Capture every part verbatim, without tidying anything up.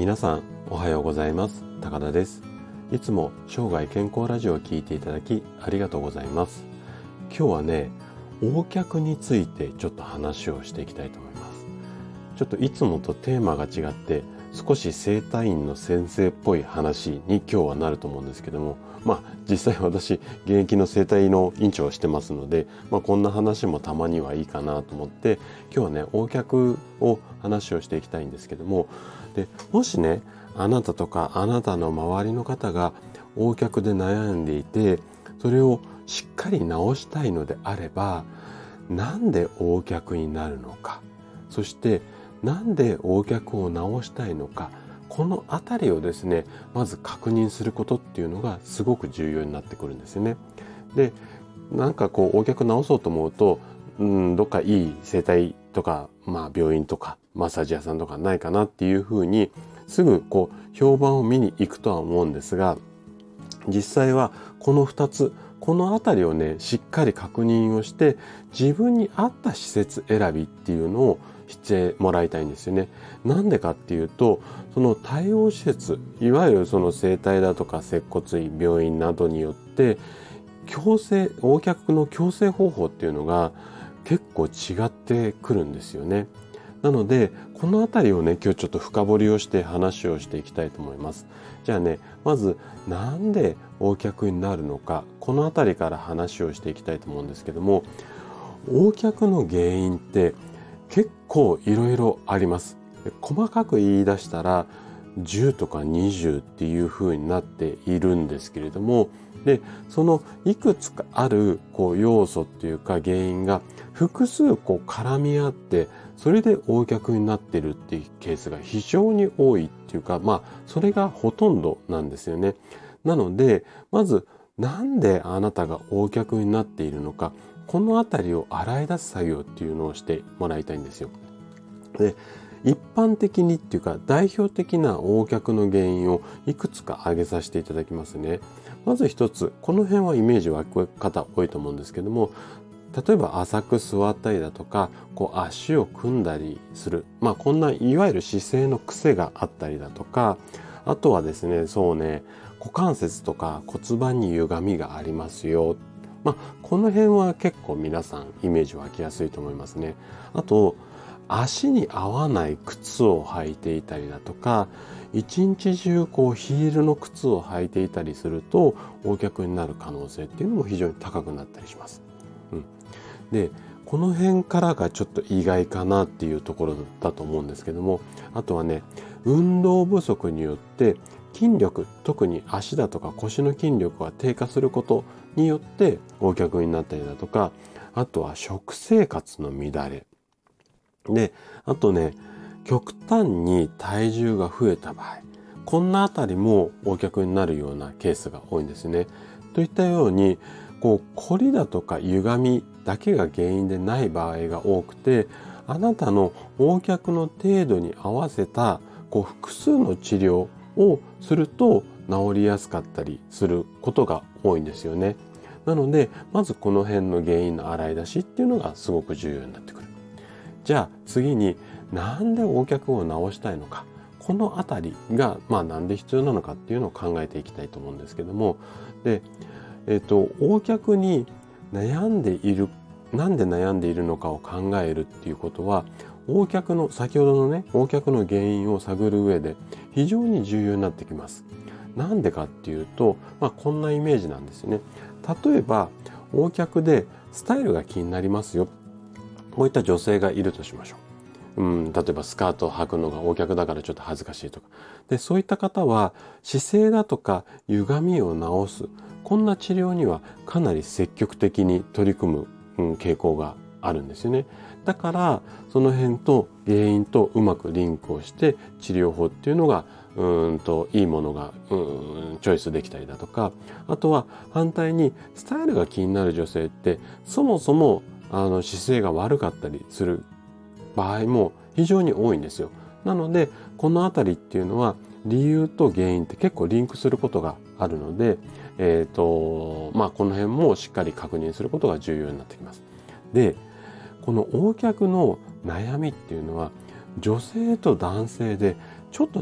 皆さんおはようございます。高田です。いつも生涯健康ラジオを聞いていただきありがとうございます。今日はね、横脚についてちょっと話をしていきたいと思います。ちょっといつもとテーマが違って少し整体院の先生っぽい話に今日はなると思うんですけども、まあ実際私現役の整体の院長をしてますので、まあこんな話もたまにはいいかなと思って今日はね、横脚を話をしていきたいんですけども、でもしね、あなたとかあなたの周りの方が横脚で悩んでいて、それをしっかり治したいのであれば、なんで横脚になるのか、そしてなんで横脚を治したいのか、このあたりをですね、まず確認することっていうのがすごく重要になってくるんですよね。で、なんかこう横脚治そうと思うと、うん、どっかいい整体とか、まあ病院とかマッサージ屋さんとかないかなっていうふうにすぐこう評判を見に行くとは思うんですが、実際はこのふたつ、このあたりをね、しっかり確認をして自分に合った施設選びっていうのをしてもらいたいんですよね。なんでかっていうと、その対応施設、いわゆるその整体だとか接骨院、病院などによって矯正、横脚の矯正方法っていうのが結構違ってくるんですよね。なのでこのあたりをね、今日ちょっと深掘りをして話をしていきたいと思います。じゃあね、まずなんで横脚になるのか、このあたりから話をしていきたいと思うんですけども、横脚の原因って結構いろいろあります。細かく言い出したらじゅうとかにじゅうっていう風になっているんですけれども、でそのいくつかあるこう要素っていうか原因が複数こう絡み合って、それで横脚になってるっていうケースが非常に多いっていうか、まあそれがほとんどなんですよね。なのでまずなんであなたが横脚になっているのか、このあたりを洗い出す作業っていうのをしてもらいたいんですよ。で、一般的にっていうか代表的な横脚の原因をいくつか挙げさせていただきますね。まず一つ、この辺はイメージ湧く方多いと思うんですけども、例えば浅く座ったりだとか、こう足を組んだりする、まあこんないわゆる姿勢の癖があったりだとか、あとはですね、そうね、股関節とか骨盤に歪みがありますよ。まあこの辺は結構皆さんイメージ湧きやすいと思いますね。あと、足に合わない靴を履いていたりだとか、一日中こうヒールの靴を履いていたりすると横脚になる可能性っていうのも非常に高くなったりします。うん、で、この辺からがちょっと意外かなっていうところだと思うんですけども、あとはね、運動不足によって筋力、特に足だとか腰の筋力が低下することによって横脚になったりだとか、あとは食生活の乱れで、あとね、極端に体重が増えた場合、こんなあたりも横脚になるようなケースが多いんですね。といったように、こう凝りだとか歪みだけが原因でない場合が多くて、あなたの横脚の程度に合わせたこう複数の治療をすると治りやすかったりすることが多いんですよね。なので、まずこの辺の原因の洗い出しっていうのがすごく重要になってくる。じゃあ次に、なんで横脚を治したいのか、このあたりがまあなんで必要なのかっていうのを考えていきたいと思うんですけども、で、えっと横脚に悩んでいる、なんで悩んでいるのかを考えるっていうことは、横脚の先ほどのね、横脚の原因を探る上で非常に重要になってきます。なんでかっていうと、まあこんなイメージなんですよね。例えば横脚でスタイルが気になりますよ。こういった女性がいるとしましょう。うん、例えばスカートを履くのが横脚だからちょっと恥ずかしいとか。で、そういった方は姿勢だとか歪みを直す、こんな治療にはかなり積極的に取り組む、うん、傾向があるんですよね。だからその辺と原因とうまくリンクをして治療法っていうのがうーんといいものがうーんチョイスできたりだとか、あとは反対にスタイルが気になる女性ってそもそもあの姿勢が悪かったりする場合も非常に多いんですよ。なのでこのあたりっていうのは理由と原因って結構リンクすることがあるので、えっとまあこの辺もしっかり確認することが重要になってきます。で、この横脚の悩みっていうのは女性と男性でちょっとね、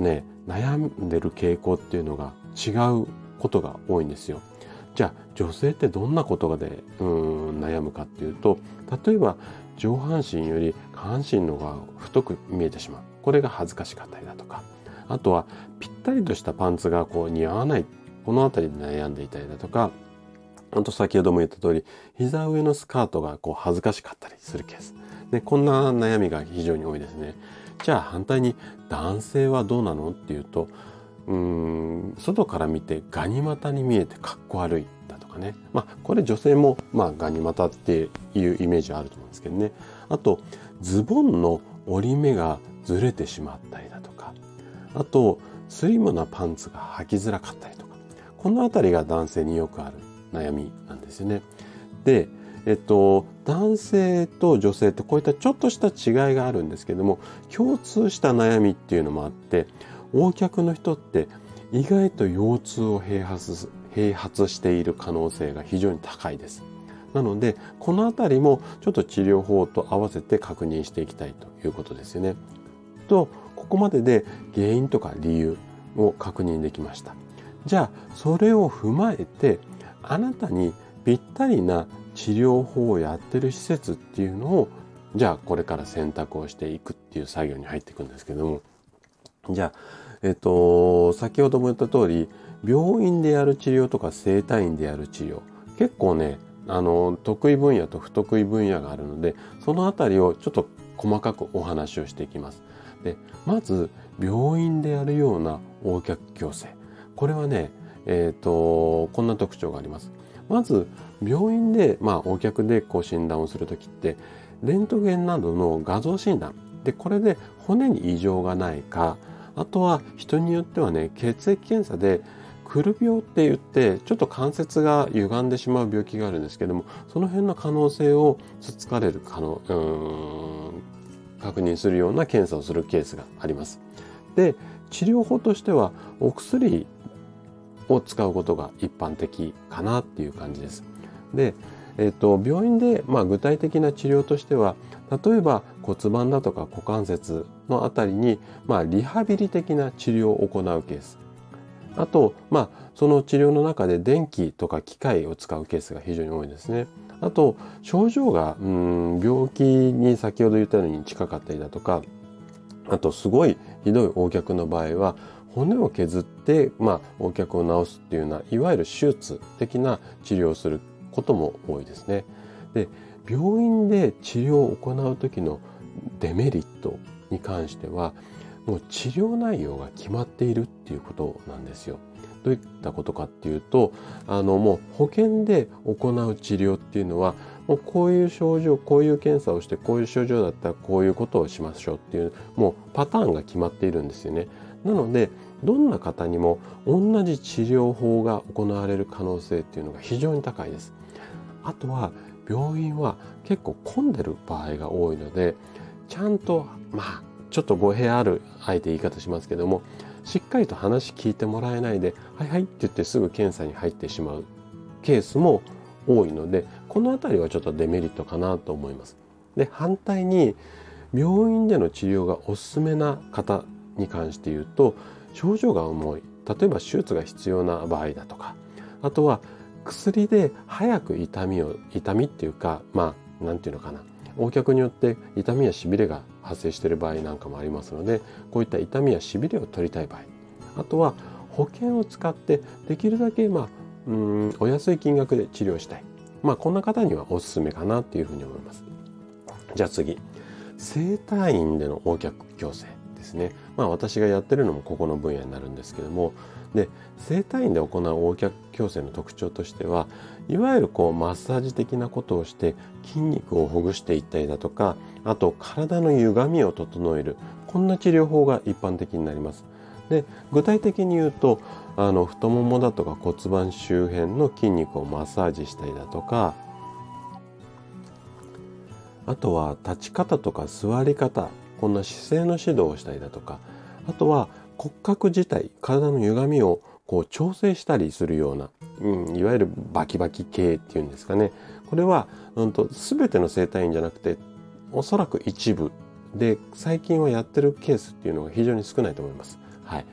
悩んでる傾向っていうのが違うことが多いんですよ。じゃあ女性ってどんなことでうーん悩むかっていうと、例えば上半身より下半身の方が太く見えてしまう、これが恥ずかしかったりだとか、あとはぴったりとしたパンツがこう似合わない、このあたりで悩んでいたりだとか、あと先ほども言った通り膝上のスカートがこう恥ずかしかったりするケースで、こんな悩みが非常に多いですね。じゃあ反対に男性はどうなのっていうと、うーん外から見てガニ股に見えてかっこ悪いだとかね。まあこれ女性もまあガニ股っていうイメージはあると思うんですけどね。あとズボンの折り目がずれてしまったりだとか、あとスリムなパンツが履きづらかったりとか、このあたりが男性によくある悩みなんですよね。で、えっと、男性と女性ってこういったちょっとした違いがあるんですけども、共通した悩みっていうのもあって、О脚の人って意外と腰痛を併発、併発している可能性が非常に高いです。なので、このあたりもちょっと治療法と合わせて確認していきたいということですよね。と、ここまでで原因とか理由を確認できました。じゃあ、それを踏まえて、あなたにぴったりな治療法をやってる施設っていうのを、じゃあこれから選択をしていくっていう作業に入っていくんですけども、じゃあ、えっと、先ほども言った通り、病院でやる治療とか整体院でやる治療、結構ね、あの、得意分野と不得意分野があるので、そのあたりをちょっと細かくお話をしていきます。で、まず、病院でやるようなО脚矯正。これはね、えっと、こんな特徴があります。まず、病院で、まあ、О脚でこう診断をするときって、レントゲンなどの画像診断。で、これで骨に異常がないか、あとは人によってはね、血液検査で、くる病って言って、ちょっと関節が歪んでしまう病気があるんですけども、その辺の可能性をつつかれる可能、うーん、確認するような検査をするケースがあります。で、治療法としては、お薬を使うことが一般的かなっていう感じです。で、えっと、病院で、まあ、具体的な治療としては、例えば骨盤だとか股関節のあたりに、まあ、リハビリ的な治療を行うケース。あと、まあ、その治療の中で電気とか機械を使うケースが非常に多いですね。あと、症状が、うん、病気に先ほど言ったように近かったりだとか、あと、すごいひどいО脚の場合は、骨を削って、まあ、О脚を治すっていうような、いわゆる手術的な治療をすることも多いですね。で、病院で治療を行う時のデメリットに関しては、もう治療内容が決まっているっていうことなんですよ。どういったことかっていうと、あのもう保険で行う治療っていうのは、もうこういう症状、こういう検査をして、こういう症状だったらこういうことをしましょうっていう、もうパターンが決まっているんですよね。なので、どんな方にも同じ治療法が行われる可能性っていうのが非常に高いです。あとは、病院は結構混んでる場合が多いので、ちゃんと、まあ、ちょっと語弊あるあえて言い方しますけども、しっかりと話聞いてもらえないで、はいはいって言ってすぐ検査に入ってしまうケースも多いので、このあたりはちょっとデメリットかなと思います。で、反対に病院での治療がおすすめな方に関して言うと、症状が重い、例えば手術が必要な場合だとか、あとは薬で早く痛みを、痛みっていうか、まあ、なんていうのかな。О脚によって痛みやしびれが発生している場合なんかもありますので、こういった痛みやしびれを取りたい場合、あとは保険を使ってできるだけ、まあ、うーんお安い金額で治療したい、まあ、こんな方にはおすすめかなっていうふうに思います。じゃあ次、整体院でのО脚矯正ですね。まあ私がやってるのもここの分野になるんですけども、で、整体院で行うО脚矯正の特徴としては、いわゆるこうマッサージ的なことをして筋肉をほぐしていったりだとか、あと体の歪みを整える、こんな治療法が一般的になります。で、具体的に言うと、あの太ももだとか骨盤周辺の筋肉をマッサージしたりだとか、あとは立ち方とか座り方、こんな姿勢の指導をしたりだとか、あとは骨格自体、体の歪みをこう調整したりするような、うん、いわゆるバキバキ系っていうんですかね。これは、うんと、全ての整体院じゃなくて、おそらく一部で最近はやってるケースっていうのが非常に少ないと思います。はい。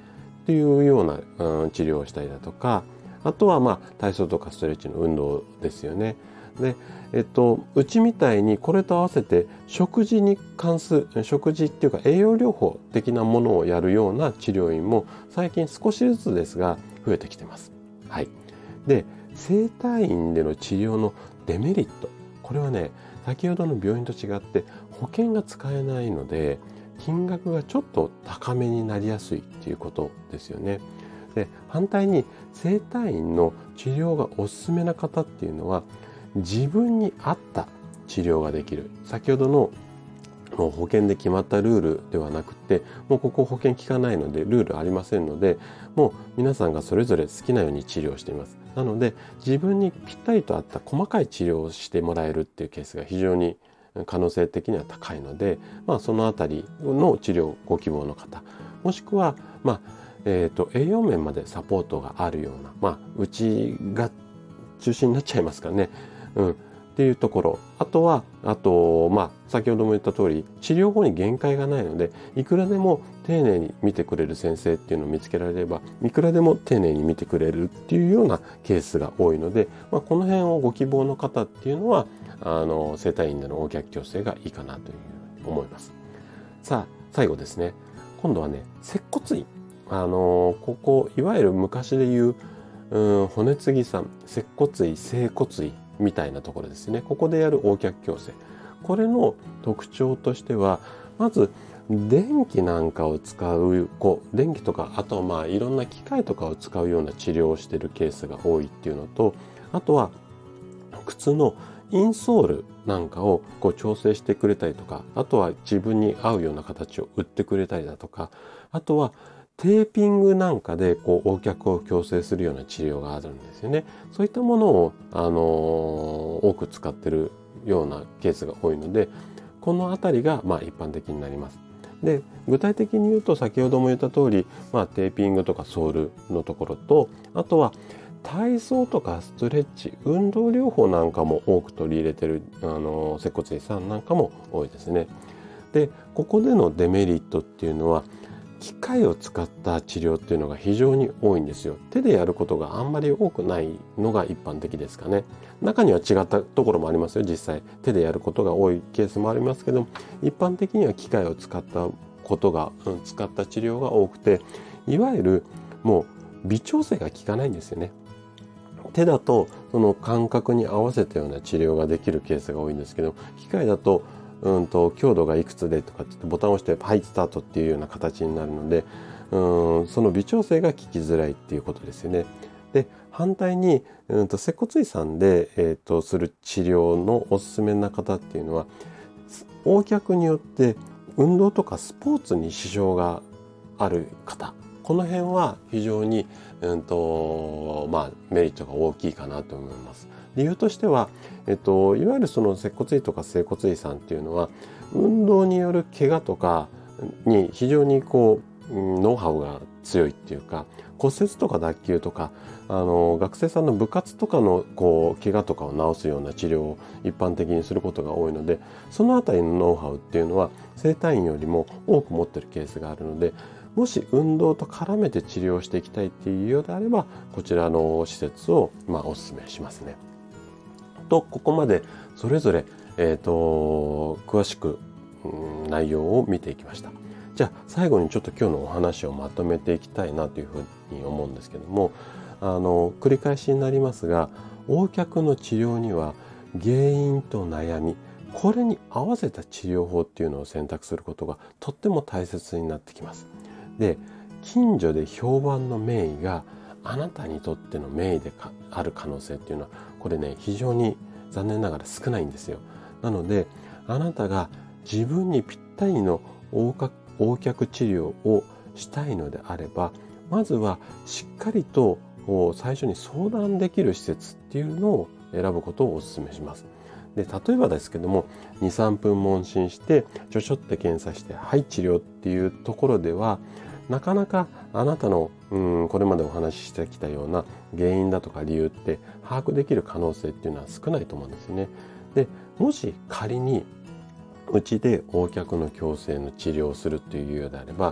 っていうような、うん、治療をしたりだとか、あとはまあ体操とかストレッチの運動ですよね。で、えっと、うちみたいにこれと合わせて食事に関する、食事っていうか栄養療法的なものをやるような治療院も最近少しずつですが増えてきてます。はい。で、整体院での治療のデメリット。これはね、先ほどの病院と違って保険が使えないので、金額がちょっと高めになりやすいっていうことですよね。で、反対に整体院の治療がおすすめな方っていうのは、自分に合った治療ができる。先ほどのもう保険で決まったルールではなくて、もうここ保険効かないのでルールありませんので、もう皆さんがそれぞれ好きなように治療しています。なので自分にぴったりと合った細かい治療をしてもらえるっていうケースが非常に可能性的には高いので、まあ、そのあたりの治療ご希望の方、もしくは、まあえーと、栄養面までサポートがあるような、まあ、うちが中心になっちゃいますかね。うん、っていうところ。あとは、あと、まあ、先ほども言った通り、治療法に限界がないので、いくらでも丁寧に見てくれる先生っていうのを見つけられれば、いくらでも丁寧に見てくれるっていうようなケースが多いので、まあ、この辺をご希望の方っていうのは、あの、整体院での横脚矯正がいいかなというふうに思います。さあ、最後ですね。今度はね、接骨院。あの、ここ、いわゆる昔で言う、うん、骨継ぎさん、接骨院、整骨院みたいなところですね。ここでやる横脚矯正。これの特徴としては、まず、電気なんかを使う子、電気とか、あとはまあいろんな機械とかを使うような治療をしているケースが多いっていうのと、あとは靴のインソールなんかをこう調整してくれたりとか、あとは自分に合うような形を打ってくれたりだとか、あとはテーピングなんかでこう横脚を矯正するような治療があるんですよね。そういったものを、あのー、多く使ってるようなケースが多いので、このあたりがまあ一般的になります。で、具体的に言うと先ほども言った通り、まあ、テーピングとかソールのところと、あとは体操とかストレッチ、運動療法なんかも多く取り入れてる、あの、接骨院さんなんかも多いですね。で、ここでのデメリットっていうのは、機械を使った治療っていうのが非常に多いんですよ。手でやることがあんまり多くないのが一般的ですかね。中には違ったところもありますよ。実際手でやることが多いケースもありますけど、一般的には機械を使ったことが、うん、使った治療が多くて、いわゆるもう微調整が効かないんですよね。手だとその感覚に合わせたような治療ができるケースが多いんですけど、機械だとうんと強度がいくつでとかってボタンを押してはいスタートっていうような形になるので、うんその微調整が効きづらいっていうことですよね。で、反対にうんと接骨院さんで、えー、とする治療のおすすめな方っていうのは、横脚によって運動とかスポーツに支障がある方、この辺は非常に、うんとまあ、メリットが大きいかなと思います。理由としては、えっと、いわゆるその接骨院とか整骨院さんっていうのは、運動による怪我とかに非常にこう、ノウハウが強いっていうか、骨折とか脱臼とか、あの、学生さんの部活とかのこう、怪我とかを治すような治療を一般的にすることが多いので、そのあたりのノウハウっていうのは、整体院よりも多く持ってるケースがあるので、もし運動と絡めて治療していきたいっていうようであれば、こちらの施設を、まあ、お勧めしますね。と、ここまでそれぞれ、えっと、詳しく、うん、内容を見ていきました。じゃあ、最後にちょっと今日のお話をまとめていきたいなというふうに思うんですけども、あの、繰り返しになりますが、横脚の治療には原因と悩み、これに合わせた治療法っていうのを選択することがとっても大切になってきます。で、近所で評判の名医があなたにとっての名医である可能性っていうのは、これね、非常に残念ながら少ないんですよ。なので、あなたが自分にぴったりの横脚治療をしたいのであれば、まずはしっかりと最初に相談できる施設っていうのを選ぶことをお勧めします。で、例えばですけども、に、さんぷん問診して、ちょちょって検査して、はい、治療っていうところでは、なかなかあなたの、うん、これまでお話ししてきたような原因だとか理由って把握できる可能性っていうのは少ないと思うんですよね。で、もし仮にうちで横脚の矯正の治療をするっていうようであれば、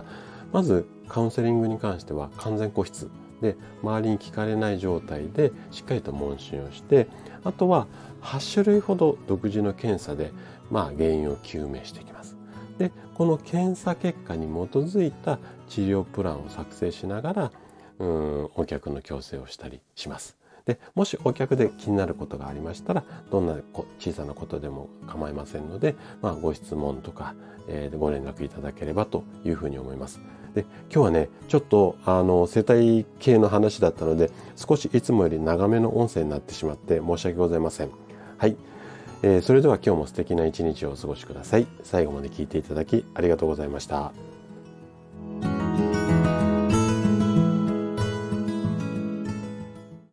まずカウンセリングに関しては完全個室で、周りに聞かれない状態でしっかりと問診をして、あとははち種類ほど独自の検査で、まあ、原因を究明していきます。で、この検査結果に基づいた治療プランを作成しながら、うん、お客の矯正をしたりします。で、もしお客で気になることがありましたら、どんな小さなことでも構いませんので、まあ、ご質問とか、えー、ご連絡いただければというふうに思います。で、今日はね、ちょっとあの生態系の話だったので、少しいつもより長めの音声になってしまって申し訳ございません。はい、えー、それでは今日も素敵な一日をお過ごしください。最後まで聞いていただきありがとうございました。